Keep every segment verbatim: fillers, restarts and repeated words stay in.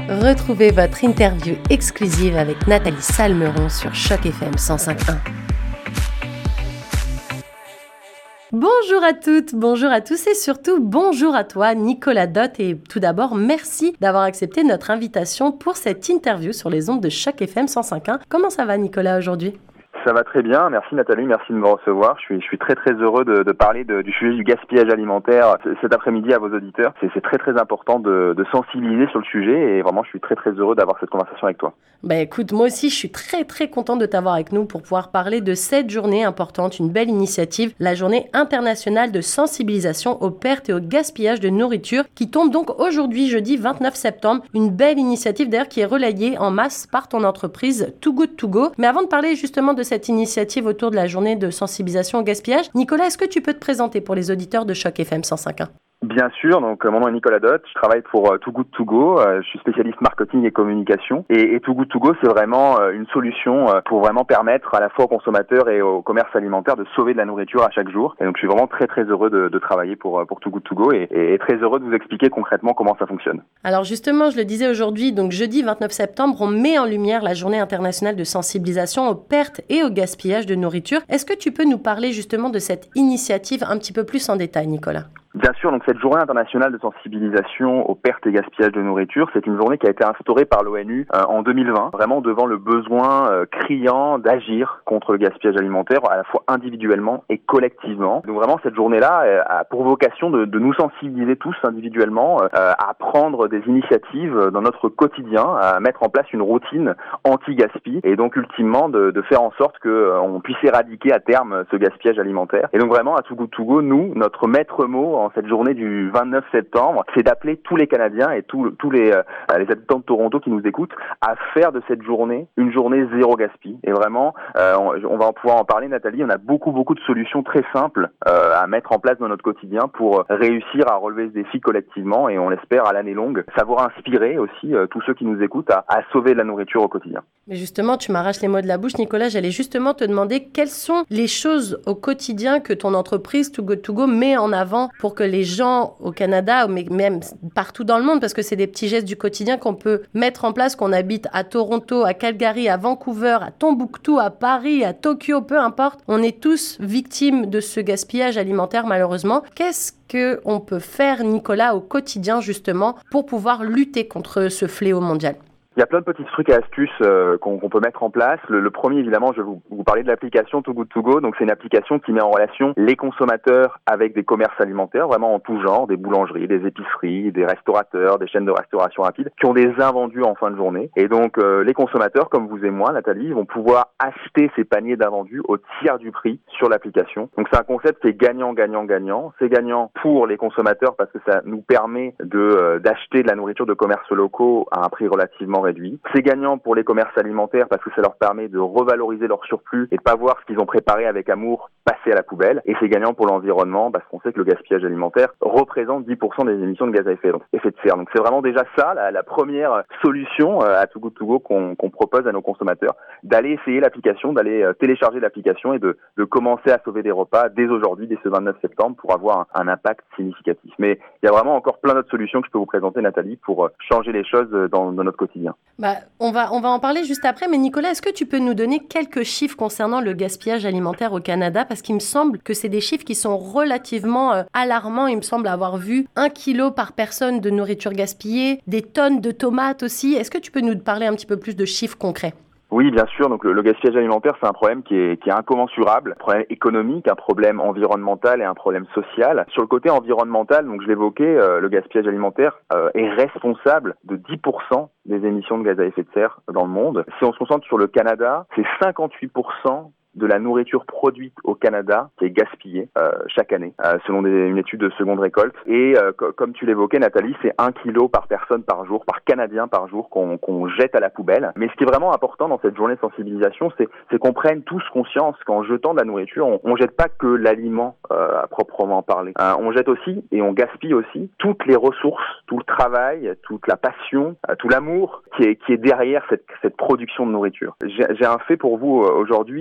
Retrouvez votre interview exclusive avec Nathalie Salmeron sur Choc F M cent cinq point un. Bonjour à toutes, bonjour à tous et surtout bonjour à toi Nicolas Dott, et tout d'abord merci d'avoir accepté notre invitation pour cette interview sur les ondes de Choc F M cent cinq point un. Comment ça va Nicolas aujourd'hui ? Ça va très bien, merci Nathalie, merci de me recevoir. Je suis, je suis très très heureux de, de parler de, du sujet du gaspillage alimentaire cet après-midi à vos auditeurs. C'est, c'est très très important de, de sensibiliser sur le sujet et vraiment je suis très très heureux d'avoir cette conversation avec toi. Bah écoute, moi aussi je suis très très contente de t'avoir avec nous pour pouvoir parler de cette journée importante, une belle initiative, la journée internationale de sensibilisation aux pertes et au gaspillage de nourriture qui tombe donc aujourd'hui jeudi vingt-neuf septembre. Une belle initiative d'ailleurs qui est relayée en masse par ton entreprise Too Good To Go. Mais avant de parler justement de cette initiative autour de la journée de sensibilisation au gaspillage, Nicolas, est-ce que tu peux te présenter pour les auditeurs de Choc F M cent cinq point un ? Bien sûr, donc mon nom est Nicolas Dott, je travaille pour euh, Too Good To Go, euh, je suis spécialiste marketing et communication et, et Too Good To Go c'est vraiment euh, une solution euh, pour vraiment permettre à la fois aux consommateurs et au commerce alimentaire de sauver de la nourriture à chaque jour. Et donc je suis vraiment très très heureux de, de travailler pour, pour Too Good To Go et, et, et très heureux de vous expliquer concrètement comment ça fonctionne. Alors justement, je le disais aujourd'hui, donc jeudi vingt-neuf septembre, on met en lumière la journée internationale de sensibilisation aux pertes et au gaspillage de nourriture. Est-ce que tu peux nous parler justement de cette initiative un petit peu plus en détail, Nicolas ? Bien sûr, donc cette journée internationale de sensibilisation aux pertes et gaspillage de nourriture, c'est une journée qui a été instaurée par l'ONU euh, en deux mille vingt, vraiment devant le besoin euh, criant d'agir contre le gaspillage alimentaire, à la fois individuellement et collectivement. Donc vraiment, cette journée-là euh, a pour vocation de, de nous sensibiliser tous individuellement euh, à prendre des initiatives dans notre quotidien, à mettre en place une routine anti-gaspi et donc ultimement de, de faire en sorte que euh, on puisse éradiquer à terme ce gaspillage alimentaire. Et donc vraiment, à Too Good To Go, nous, notre maître mot en cette journée du vingt-neuf septembre, c'est d'appeler tous les Canadiens et tous, tous les, euh, les habitants de Toronto qui nous écoutent à faire de cette journée une journée zéro gaspille. Et vraiment, euh, on, on va en pouvoir en parler, Nathalie, on a beaucoup beaucoup de solutions très simples euh, à mettre en place dans notre quotidien pour réussir à relever ce défi collectivement et on l'espère à l'année longue, savoir inspirer aussi euh, tous ceux qui nous écoutent à, à sauver de la nourriture au quotidien. Mais justement, tu m'arraches les mots de la bouche, Nicolas, j'allais justement te demander quelles sont les choses au quotidien que ton entreprise Too Good To Go met en avant pour que les gens au Canada, mais même partout dans le monde, parce que c'est des petits gestes du quotidien qu'on peut mettre en place, qu'on habite à Toronto, à Calgary, à Vancouver, à Tombouctou, à Paris, à Tokyo, peu importe. On est tous victimes de ce gaspillage alimentaire, malheureusement. Qu'est-ce qu'on peut faire, Nicolas, au quotidien, justement, pour pouvoir lutter contre ce fléau mondial ? Il y a plein de petits trucs et astuces euh, qu'on, qu'on peut mettre en place. Le, le premier, évidemment, je vais vous, vous parler de l'application Too Good To Go. Donc, c'est une application qui met en relation les consommateurs avec des commerces alimentaires, vraiment en tout genre, des boulangeries, des épiceries, des restaurateurs, des chaînes de restauration rapide, qui ont des invendus en fin de journée. Et donc, euh, les consommateurs, comme vous et moi, Nathalie, vont pouvoir acheter ces paniers d'invendus au tiers du prix sur l'application. Donc, c'est un concept qui est gagnant, gagnant, gagnant. C'est gagnant pour les consommateurs parce que ça nous permet de euh, d'acheter de la nourriture de commerces locaux à un prix relativement réduit. C'est gagnant pour les commerces alimentaires parce que ça leur permet de revaloriser leur surplus et de pas voir ce qu'ils ont préparé avec amour passer à la poubelle. Et c'est gagnant pour l'environnement parce qu'on sait que le gaspillage alimentaire représente dix pour cent des émissions de gaz à effet, donc, effet de serre. Donc c'est vraiment déjà ça, la, la première solution euh, à Too Good To Go qu'on, qu'on propose à nos consommateurs, d'aller essayer l'application, d'aller euh, télécharger l'application et de, de commencer à sauver des repas dès aujourd'hui, dès ce vingt-neuf septembre, pour avoir un, un impact significatif. Mais il y a vraiment encore plein d'autres solutions que je peux vous présenter, Nathalie, pour euh, changer les choses dans, dans notre quotidien. Bah, on va, on va en parler juste après, mais Nicolas, est-ce que tu peux nous donner quelques chiffres concernant le gaspillage alimentaire au Canada? Parce qu'il me semble que c'est des chiffres qui sont relativement euh, alarmants. Il me semble avoir vu un kilo par personne de nourriture gaspillée, des tonnes de tomates aussi. Est-ce que tu peux nous parler un petit peu plus de chiffres concrets? Oui, bien sûr. Donc le, le gaspillage alimentaire, c'est un problème qui est, qui est incommensurable, un problème économique, un problème environnemental et un problème social. Sur le côté environnemental, donc je l'évoquais, euh, le gaspillage alimentaire euh, est responsable de dix pour cent des émissions de gaz à effet de serre dans le monde. Si on se concentre sur le Canada, c'est cinquante-huit pour cent de la nourriture produite au Canada qui est gaspillée euh, chaque année, euh, selon des, une étude de seconde récolte. Et euh, co- comme tu l'évoquais, Nathalie, c'est un kilo par personne par jour, par Canadien par jour qu'on, qu'on jette à la poubelle. Mais ce qui est vraiment important dans cette journée de sensibilisation, c'est, c'est qu'on prenne tous conscience qu'en jetant de la nourriture, on, on jette pas que l'aliment euh, à proprement parler. Euh, on jette aussi et on gaspille aussi toutes les ressources, tout le travail, toute la passion, euh, tout l'amour qui est, qui est derrière cette, cette production de nourriture. J'ai, j'ai un fait pour vous euh, aujourd'hui, euh, Nathalie.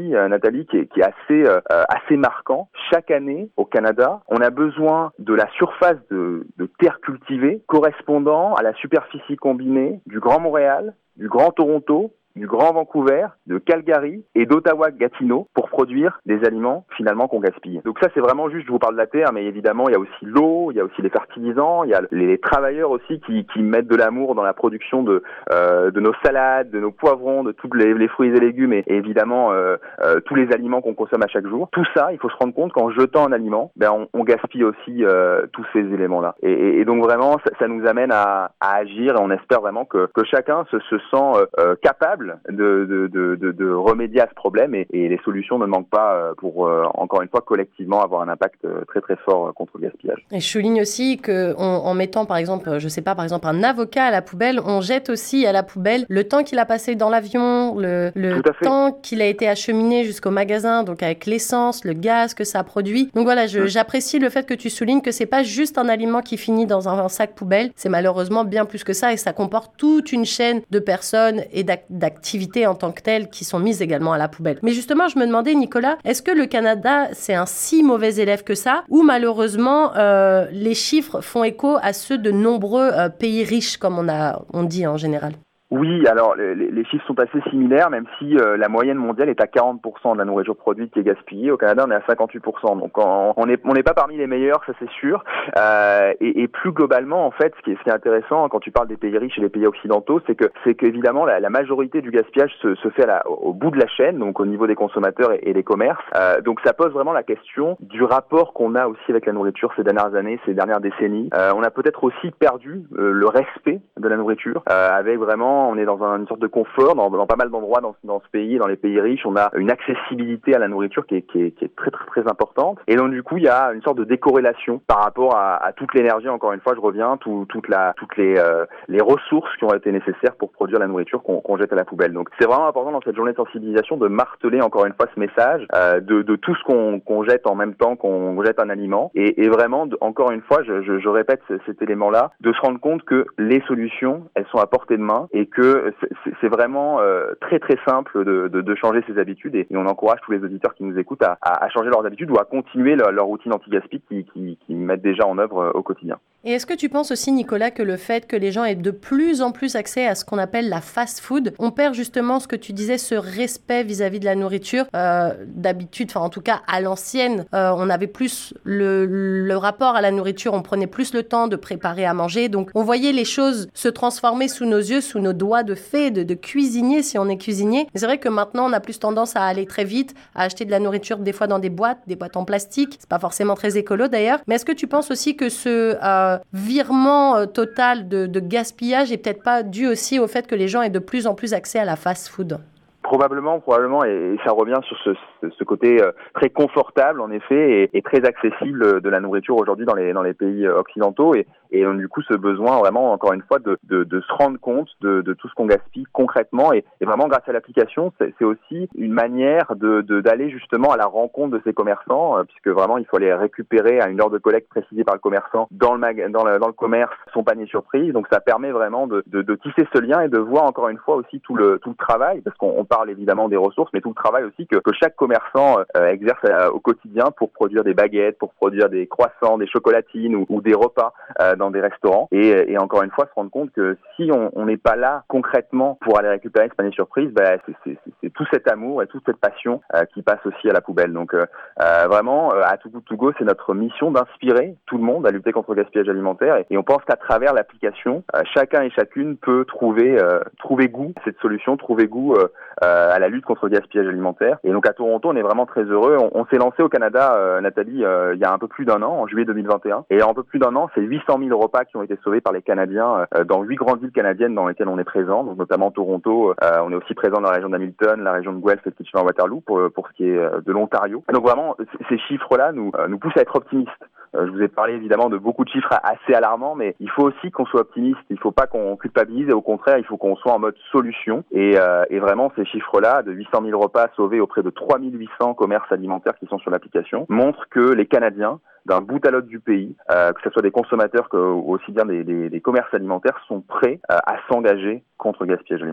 Nathalie, qui est, qui est assez, euh, assez marquant. Chaque année, au Canada, on a besoin de la surface de, de terre cultivée correspondant à la superficie combinée du Grand Montréal, du Grand Toronto, du Grand Vancouver, de Calgary et d'Ottawa-Gatineau pour produire des aliments finalement qu'on gaspille. Donc ça, c'est vraiment juste, je vous parle de la terre, mais évidemment, il y a aussi l'eau, il y a aussi les fertilisants, il y a les travailleurs aussi qui, qui mettent de l'amour dans la production de, euh, de nos salades, de nos poivrons, de tous les, les fruits et légumes et, et évidemment euh, euh, tous les aliments qu'on consomme à chaque jour. Tout ça, il faut se rendre compte qu'en jetant un aliment, ben on, on gaspille aussi euh, tous ces éléments-là. Et, et, et donc vraiment, ça, ça nous amène à, à agir et on espère vraiment que, que chacun se, se sent euh, capable De, de, de, de, de remédier à ce problème et, et les solutions ne manquent pas pour, euh, encore une fois, collectivement avoir un impact très très fort contre le gaspillage. Et je souligne aussi qu'en mettant par exemple, je sais pas, par exemple un avocat à la poubelle, on jette aussi à la poubelle le temps qu'il a passé dans l'avion, le, le temps qu'il a été acheminé jusqu'au magasin, donc avec l'essence, le gaz que ça produit. Donc voilà, je, mmh. j'apprécie le fait que tu soulignes que c'est pas juste un aliment qui finit dans un, un sac poubelle, c'est malheureusement bien plus que ça et ça comporte toute une chaîne de personnes et d'activités activités en tant que telles qui sont mises également à la poubelle. Mais justement, je me demandais, Nicolas, est-ce que le Canada, c'est un si mauvais élève que ça, ou malheureusement, euh, les chiffres font écho à ceux de nombreux euh, pays riches, comme on, a, on dit en général? Oui, alors les, les chiffres sont assez similaires, même si euh, la moyenne mondiale est à quarante pour cent de la nourriture produite qui est gaspillée. Au Canada, on est à cinquante-huit pour cent, donc on on n'est on n'est pas parmi les meilleurs, ça c'est sûr. Euh, et, et plus globalement, en fait, ce qui est, ce qui est intéressant quand tu parles des pays riches et des pays occidentaux, c'est que c'est qu'évidemment la, la majorité du gaspillage se, se fait à la, au bout de la chaîne, donc au niveau des consommateurs et, et des commerces. Euh, donc ça pose vraiment la question du rapport qu'on a aussi avec la nourriture ces dernières années, ces dernières décennies. Euh, on a peut-être aussi perdu euh, le respect de la nourriture, euh, avec vraiment on est dans un, une sorte de confort, dans, dans pas mal d'endroits dans, dans ce pays, dans les pays riches, on a une accessibilité à la nourriture qui est, qui est, qui est très très très importante. Et donc du coup, il y a une sorte de décorrélation par rapport à, à toute l'énergie, encore une fois, je reviens, tout, toute la, toutes les, euh, les ressources qui ont été nécessaires pour produire la nourriture qu'on, qu'on jette à la poubelle. Donc c'est vraiment important dans cette journée de sensibilisation de marteler encore une fois ce message euh, de, de tout ce qu'on, qu'on jette en même temps qu'on jette un aliment. Et, et vraiment, de, encore une fois, je, je, je répète c- cet élément-là, de se rendre compte que les solutions, elles sont à portée de main et que C'est, c'est vraiment euh, très très simple de, de, de changer ses habitudes et, et on encourage tous les auditeurs qui nous écoutent à, à, à changer leurs habitudes ou à continuer leur, leur routine anti-gaspi qui, qui, qui mettent déjà en œuvre au quotidien. Et est-ce que tu penses aussi, Nicolas, que le fait que les gens aient de plus en plus accès à ce qu'on appelle la fast-food, on perd justement ce que tu disais, ce respect vis-à-vis de la nourriture, euh, d'habitude, enfin en tout cas à l'ancienne, euh, on avait plus le, le rapport à la nourriture, on prenait plus le temps de préparer à manger, donc on voyait les choses se transformer sous nos yeux, sous nos doigts de fée, de, de cuisinier si on est cuisinier. Mais c'est vrai que maintenant on a plus tendance à aller très vite, à acheter de la nourriture des fois dans des boîtes, des boîtes en plastique, c'est pas forcément très écolo d'ailleurs, mais est-ce que tu penses aussi que ce euh, virement euh, total de, de gaspillage est peut-être pas dû aussi au fait que les gens aient de plus en plus accès à la fast-food? Probablement, probablement, et, et ça revient sur ce, ce, ce côté euh, très confortable en effet et, et très accessible de la nourriture aujourd'hui dans les dans les pays occidentaux et, et donc, du coup ce besoin vraiment encore une fois de de, de se rendre compte de, de tout ce qu'on gaspille concrètement et, et vraiment grâce à l'application c'est, c'est aussi une manière de, de d'aller justement à la rencontre de ces commerçants euh, puisque vraiment il faut aller récupérer à une heure de collecte précisée par le commerçant dans le mag- dans le dans le commerce son panier surprise, donc ça permet vraiment de, de de tisser ce lien et de voir encore une fois aussi tout le tout le travail parce qu'on on parle évidemment des ressources, mais tout le travail aussi que, que chaque commerçant euh, exerce euh, au quotidien pour produire des baguettes, pour produire des croissants, des chocolatines ou, ou des repas euh, dans des restaurants. Et, et encore une fois, se rendre compte que si on n'est pas là concrètement pour aller récupérer ce panier surprise, bah, c'est, c'est, c'est, c'est tout cet amour et toute cette passion euh, qui passe aussi à la poubelle. Donc euh, euh, vraiment, euh, à Too Good To Go, c'est notre mission d'inspirer tout le monde à lutter contre le gaspillage alimentaire. Et, et on pense qu'à travers l'application, euh, chacun et chacune peut trouver euh, trouver goût à cette solution, trouver goût euh, Euh, à la lutte contre le gaspillage alimentaire. Et donc à Toronto, on est vraiment très heureux. On, on s'est lancé au Canada, euh, Nathalie, euh, il y a un peu plus d'un an, en juillet deux mille vingt et un. Et en un peu plus d'un an, c'est huit cent mille repas qui ont été sauvés par les Canadiens euh, dans huit grandes villes canadiennes dans lesquelles on est présent, donc notamment Toronto. Euh, on est aussi présent dans la région d'Hamilton, la région de Guelph et de Kitchener-Waterloo pour, pour ce qui est de l'Ontario. Et donc vraiment, c- ces chiffres-là nous, euh, nous poussent à être optimistes. Je vous ai parlé évidemment de beaucoup de chiffres assez alarmants, mais il faut aussi qu'on soit optimiste. Il ne faut pas qu'on culpabilise et au contraire, il faut qu'on soit en mode solution. Et, euh, et vraiment, ces chiffres-là, de huit cent mille repas sauvés auprès de trois mille huit cents commerces alimentaires qui sont sur l'application, montrent que les Canadiens, d'un bout à l'autre du pays, euh, que ce soit des consommateurs que aussi bien des, des, des commerces alimentaires, sont prêts euh, à s'engager contre le gaspillage alimentaire.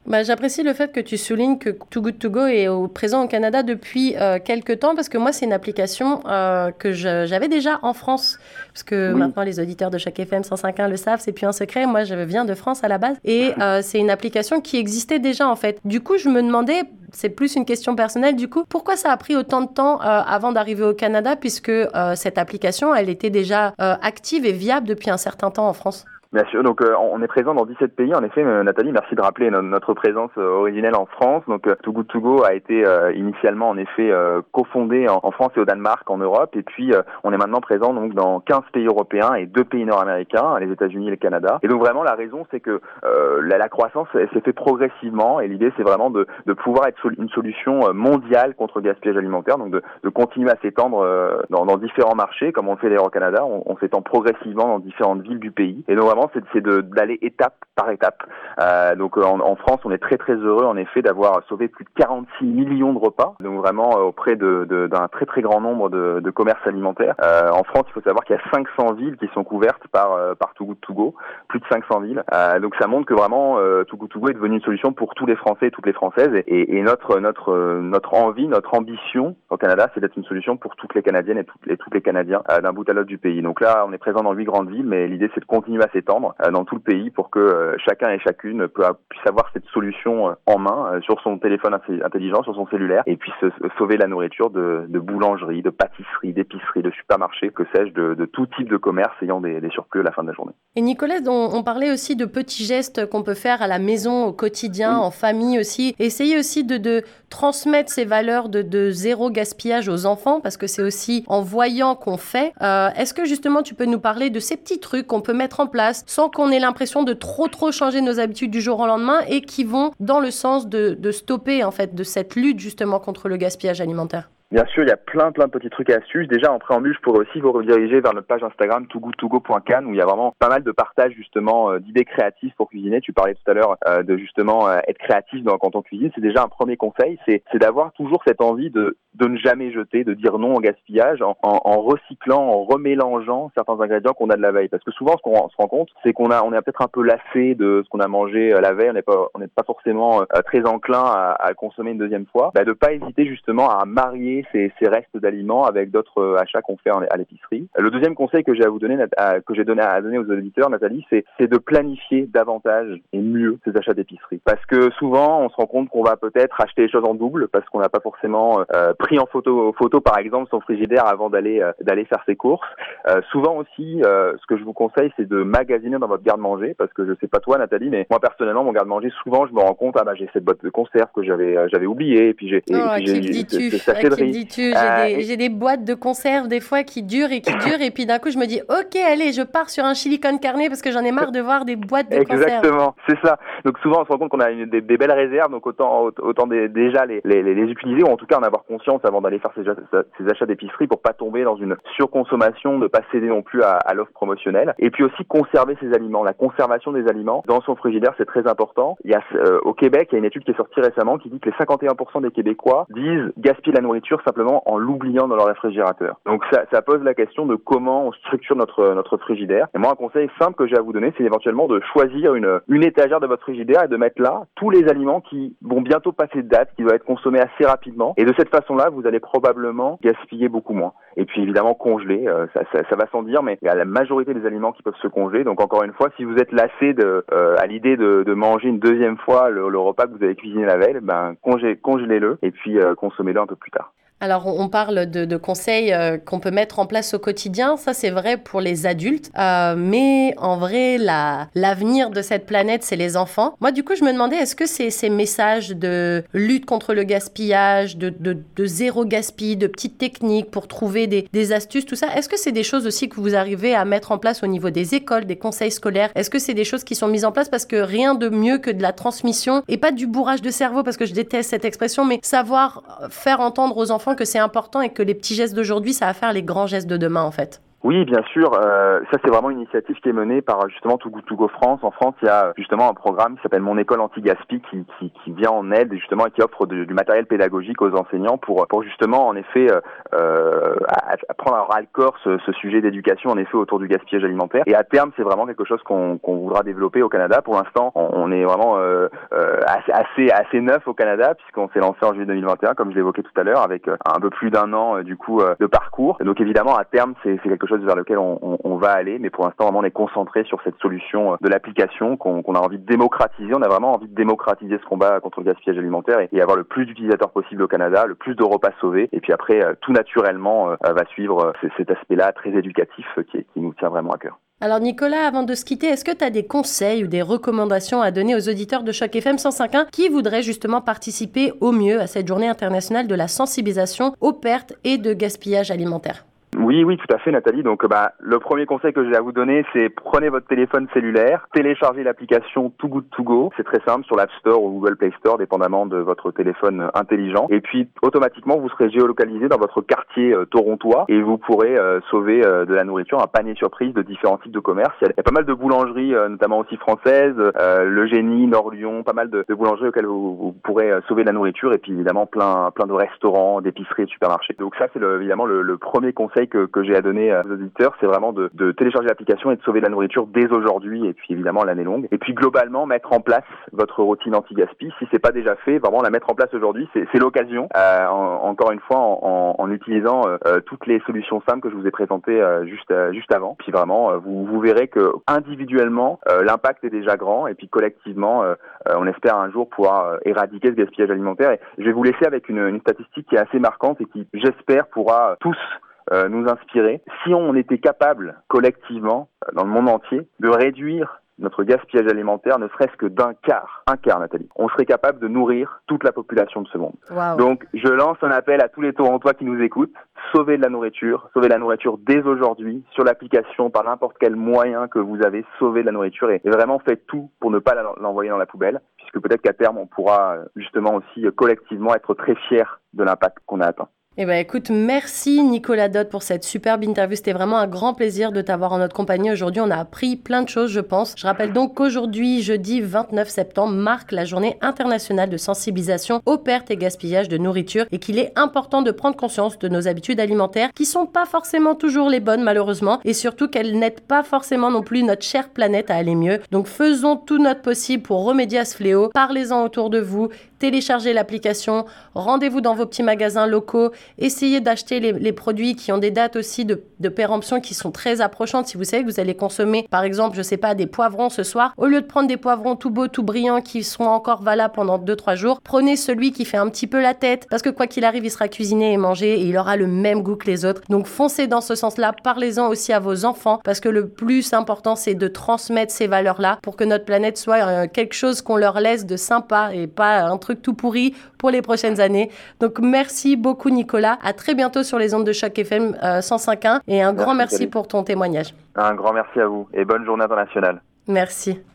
Bah, j'apprécie le fait que tu soulignes que Too Good To Go est au présent au Canada depuis euh, quelques temps, parce que moi, c'est une application euh, que je, j'avais déjà en France. Parce que oui. Maintenant, les auditeurs de Choc F M cent cinq point un le savent, c'est plus un secret. Moi, je viens de France à la base. Et euh, c'est une application qui existait déjà, en fait. Du coup, je me demandais, c'est plus une question personnelle, du coup, pourquoi ça a pris autant de temps euh, avant d'arriver au Canada, puisque euh, cette application, elle était déjà euh, active et viable depuis un certain temps en France? Bien sûr, donc euh, on est présent dans dix-sept pays. En effet, euh, Nathalie, merci de rappeler no- notre présence euh, originelle en France. Donc euh, Too Good To Go a été euh, initialement en effet euh, cofondé en, en France et au Danemark, en Europe, et puis euh, on est maintenant présent donc dans quinze pays européens et deux pays nord-américains, les États-Unis et le Canada. Et donc vraiment la raison, c'est que euh, la, la croissance elle, s'est fait progressivement, et l'idée c'est vraiment de, de pouvoir être sol- une solution mondiale contre le gaspillage alimentaire, donc de, de continuer à s'étendre euh, dans, dans différents marchés, comme on le fait d'ailleurs au Canada. On, on s'étend progressivement dans différentes villes du pays, et donc vraiment c'est, c'est de, d'aller étape par étape. Euh, donc en, en France, on est très très heureux en effet d'avoir sauvé plus de quarante-six millions de repas, donc vraiment euh, auprès de, de, d'un très très grand nombre de, de commerces alimentaires. Euh, en France, il faut savoir qu'il y a cinq cents villes qui sont couvertes par euh, par Too Good To Go, plus de cinq cents villes. Euh, donc ça montre que vraiment euh, Too Good To Go est devenu une solution pour tous les Français et toutes les Françaises. Et, et notre notre notre envie, notre ambition au Canada, c'est d'être une solution pour toutes les Canadiennes et toutes les tous les Canadiens euh, d'un bout à l'autre du pays. Donc là, on est présent dans huit grandes villes, mais l'idée c'est de continuer à s'étendre dans tout le pays pour que euh, chacun et chacune peut, puisse avoir cette solution euh, en main euh, sur son téléphone intelligent, sur son cellulaire, et puisse euh, sauver la nourriture de, de boulangerie, de pâtisserie, d'épicerie, de supermarché, que sais-je, de, de tout type de commerce ayant des, des surplus à la fin de la journée. Et Nicolas, on, on parlait aussi de petits gestes qu'on peut faire à la maison, au quotidien, oui. En famille aussi. Essayer aussi de, de transmettre ces valeurs de, de zéro gaspillage aux enfants, parce que c'est aussi en voyant qu'on fait. Euh, est-ce que justement tu peux nous parler de ces petits trucs qu'on peut mettre en place sans qu'on ait l'impression de trop trop changer nos habitudes du jour au lendemain et qui vont dans le sens de, de stopper en fait de cette lutte justement contre le gaspillage alimentaire? Bien sûr, il y a plein plein de petits trucs et astuces. Déjà en préambule, je pourrais aussi vous rediriger vers notre page Instagram too good to go point can où il y a vraiment pas mal de partages justement euh, d'idées créatives pour cuisiner. Tu parlais tout à l'heure euh, de justement euh, être créatif dans, quand on cuisine. C'est déjà un premier conseil, c'est c'est d'avoir toujours cette envie de de ne jamais jeter, de dire non au gaspillage en, en, en recyclant, en remélangeant certains ingrédients qu'on a de la veille. Parce que souvent, ce qu'on se rend compte, c'est qu'on a on est peut-être un peu lassé de ce qu'on a mangé la veille. On n'est pas on n'est pas forcément euh, très enclin à, à consommer une deuxième fois. Bah, de pas hésiter justement à marier Ces, ces restes d'aliments avec d'autres achats qu'on fait à l'épicerie. Le deuxième conseil que j'ai à vous donner, à, que j'ai donné à donner aux auditeurs, Nathalie, c'est, c'est de planifier davantage et mieux ces achats d'épicerie. Parce que souvent, on se rend compte qu'on va peut-être acheter les choses en double parce qu'on n'a pas forcément euh, pris en photo, photo, par exemple, son frigidaire avant d'aller euh, d'aller faire ses courses. Euh, souvent aussi, euh, ce que je vous conseille, c'est de magasiner dans votre garde-manger, parce que je sais pas toi, Nathalie, mais moi personnellement, mon garde-manger, souvent, je me rends compte, ah bah j'ai cette boîte de conserve que j'avais euh, j'avais oubliée, et puis j'ai, et, oh, et puis j'ai, j'ai dis-tu, ce sachet de riz. J'ai, euh, des, j'ai des boîtes de conserve des fois qui durent et qui durent et puis d'un coup je me dis ok allez je pars sur un chili con carne parce que j'en ai marre de voir des boîtes de Exactement, conserve. Exactement, c'est ça. Donc souvent on se rend compte qu'on a une, des, des belles réserves, donc autant autant des, déjà les, les, les utiliser ou en tout cas en avoir conscience avant d'aller faire ses, ses achats d'épicerie pour pas tomber dans une surconsommation, ne pas céder non plus à, à l'offre promotionnelle. Et puis aussi conserver ses aliments, la conservation des aliments dans son frigidaire c'est très important. Il y a euh, au Québec il y a une étude qui est sortie récemment qui dit que les cinquante et un pour cent des Québécois disent gaspiller la nourriture simplement en l'oubliant dans leur réfrigérateur. Donc ça, ça pose la question de comment on structure notre notre frigidaire. Et moi un conseil simple que j'ai à vous donner, c'est éventuellement de choisir une une étagère de votre frigidaire et de mettre là tous les aliments qui vont bientôt passer de date, qui doivent être consommés assez rapidement. Et de cette façon-là, vous allez probablement gaspiller beaucoup moins. Et puis évidemment congeler, euh, ça, ça ça va sans dire, mais il y a la majorité des aliments qui peuvent se congeler. Donc encore une fois, si vous êtes lassé de euh, à l'idée de, de manger une deuxième fois le, le repas que vous avez cuisiné la veille, ben congé, congélez-le et puis euh, consommez-le un peu plus tard. Alors, on parle de, de conseils euh, qu'on peut mettre en place au quotidien. Ça, c'est vrai pour les adultes. Euh, mais en vrai, la, l'avenir de cette planète, c'est les enfants. Moi, du coup, je me demandais, est-ce que ces, ces messages de lutte contre le gaspillage, de, de, de zéro gaspille, de petites techniques pour trouver des, des astuces, tout ça, est-ce que c'est des choses aussi que vous arrivez à mettre en place au niveau des écoles, des conseils scolaires? Est-ce que c'est des choses qui sont mises en place? Parce que rien de mieux que de la transmission et pas du bourrage de cerveau, parce que je déteste cette expression, mais savoir faire entendre aux enfants que c'est important et que les petits gestes d'aujourd'hui, ça va faire les grands gestes de demain, en fait. Oui, bien sûr. Euh, ça, c'est vraiment une initiative qui est menée par justement Too Good To Go France. En France, il y a justement un programme qui s'appelle Mon École Anti-Gaspi qui, qui, qui vient en aide justement et qui offre de, du matériel pédagogique aux enseignants pour, pour justement, en effet, euh, à, à prendre à ras-le-corps ce, ce sujet d'éducation, en effet, autour du gaspillage alimentaire. Et à terme, c'est vraiment quelque chose qu'on, qu'on voudra développer au Canada. Pour l'instant, on, on est vraiment euh, euh, assez, assez assez neuf au Canada puisqu'on s'est lancé en juillet deux mille vingt et un, comme je l'évoquais tout à l'heure, avec euh, un peu plus d'un an euh, du coup euh, de parcours. Donc évidemment à terme c'est, c'est quelque chose vers lequel on, on, on va aller, mais pour l'instant vraiment on est concentré sur cette solution de l'application qu'on, qu'on a envie de démocratiser. On a vraiment envie de démocratiser ce combat contre le gaspillage alimentaire et, et avoir le plus d'utilisateurs possible au Canada, le plus de repas sauvés. Et puis après euh, tout naturellement euh, va suivre euh, cet aspect-là très éducatif euh, qui, qui nous tient vraiment à cœur. Alors Nicolas, avant de se quitter, est-ce que tu as des conseils ou des recommandations à donner aux auditeurs de Choc F M cent cinq point un qui voudraient justement participer au mieux à cette journée internationale de la sensibilisation aux pertes et de gaspillage alimentaire ? Oui, oui, tout à fait, Nathalie. Donc, bah, le premier conseil que j'ai à vous donner, c'est prenez votre téléphone cellulaire, téléchargez l'application Too Good To Go. C'est très simple, sur l'App Store ou Google Play Store, dépendamment de votre téléphone intelligent. Et puis, automatiquement, vous serez géolocalisé dans votre quartier euh, torontois et vous pourrez euh, sauver euh, de la nourriture, un panier surprise de différents types de commerces. Il y a, il y a pas mal de boulangeries, euh, notamment aussi françaises, euh, Le Génie, Nord-Lyon, pas mal de, de boulangeries auxquelles vous, vous pourrez euh, sauver de la nourriture. Et puis, évidemment, plein, plein de restaurants, d'épiceries, de supermarchés. Donc ça, c'est le, évidemment le, le premier conseil que, que j'ai à donner aux auditeurs, c'est vraiment de, de télécharger l'application et de sauver de la nourriture dès aujourd'hui et puis évidemment l'année longue. Et puis globalement, mettre en place votre routine anti-gaspi. Si c'est pas déjà fait, vraiment la mettre en place aujourd'hui, c'est, c'est l'occasion. Euh, en, encore une fois, en, en, en utilisant euh, toutes les solutions simples que je vous ai présentées euh, juste euh, juste avant. Puis vraiment, euh, vous, vous verrez que individuellement, euh, l'impact est déjà grand et puis collectivement, euh, euh, on espère un jour pouvoir euh, éradiquer ce gaspillage alimentaire. Et je vais vous laisser avec une, une statistique qui est assez marquante et qui, j'espère, pourra tous Euh, nous inspirer. Si on était capable collectivement, euh, dans le monde entier, de réduire notre gaspillage alimentaire, ne serait-ce que d'un quart, un quart Nathalie, on serait capable de nourrir toute la population de ce monde. Wow. Donc je lance un appel à tous les Torontois qui nous écoutent, sauvez de la nourriture, sauvez de la nourriture dès aujourd'hui, sur l'application, par n'importe quel moyen que vous avez, sauvez de la nourriture et, et vraiment faites tout pour ne pas la, l'envoyer dans la poubelle, puisque peut-être qu'à terme on pourra justement aussi collectivement être très fiers de l'impact qu'on a atteint. Eh ben, écoute, merci Nicolas Dodt pour cette superbe interview. C'était vraiment un grand plaisir de t'avoir en notre compagnie aujourd'hui. On a appris plein de choses, je pense. Je rappelle donc qu'aujourd'hui, jeudi vingt-neuf septembre, marque la journée internationale de sensibilisation aux pertes et gaspillages de nourriture et qu'il est important de prendre conscience de nos habitudes alimentaires qui sont pas forcément toujours les bonnes, malheureusement, et surtout qu'elles n'aident pas forcément non plus notre chère planète à aller mieux. Donc, faisons tout notre possible pour remédier à ce fléau. Parlez-en autour de vous. Téléchargez l'application. Rendez-vous dans vos petits magasins locaux. Essayez d'acheter les, les produits qui ont des dates aussi de, de péremption qui sont très approchantes. Si vous savez que vous allez consommer, par exemple, je sais pas, des poivrons ce soir, au lieu de prendre des poivrons tout beaux, tout brillants qui seront encore valables pendant deux trois jours, prenez celui qui fait un petit peu la tête parce que quoi qu'il arrive, il sera cuisiné et mangé et il aura le même goût que les autres. Donc foncez dans ce sens-là. Parlez-en aussi à vos enfants parce que le plus important, c'est de transmettre ces valeurs-là pour que notre planète soit euh, quelque chose qu'on leur laisse de sympa et pas un truc tout pourri pour les prochaines années. Donc merci beaucoup Nicolas. À très bientôt sur les ondes de Choc F M euh, cent cinq point un et un merci, grand merci salut. Pour ton témoignage. Un grand merci à vous et bonne journée internationale. Merci.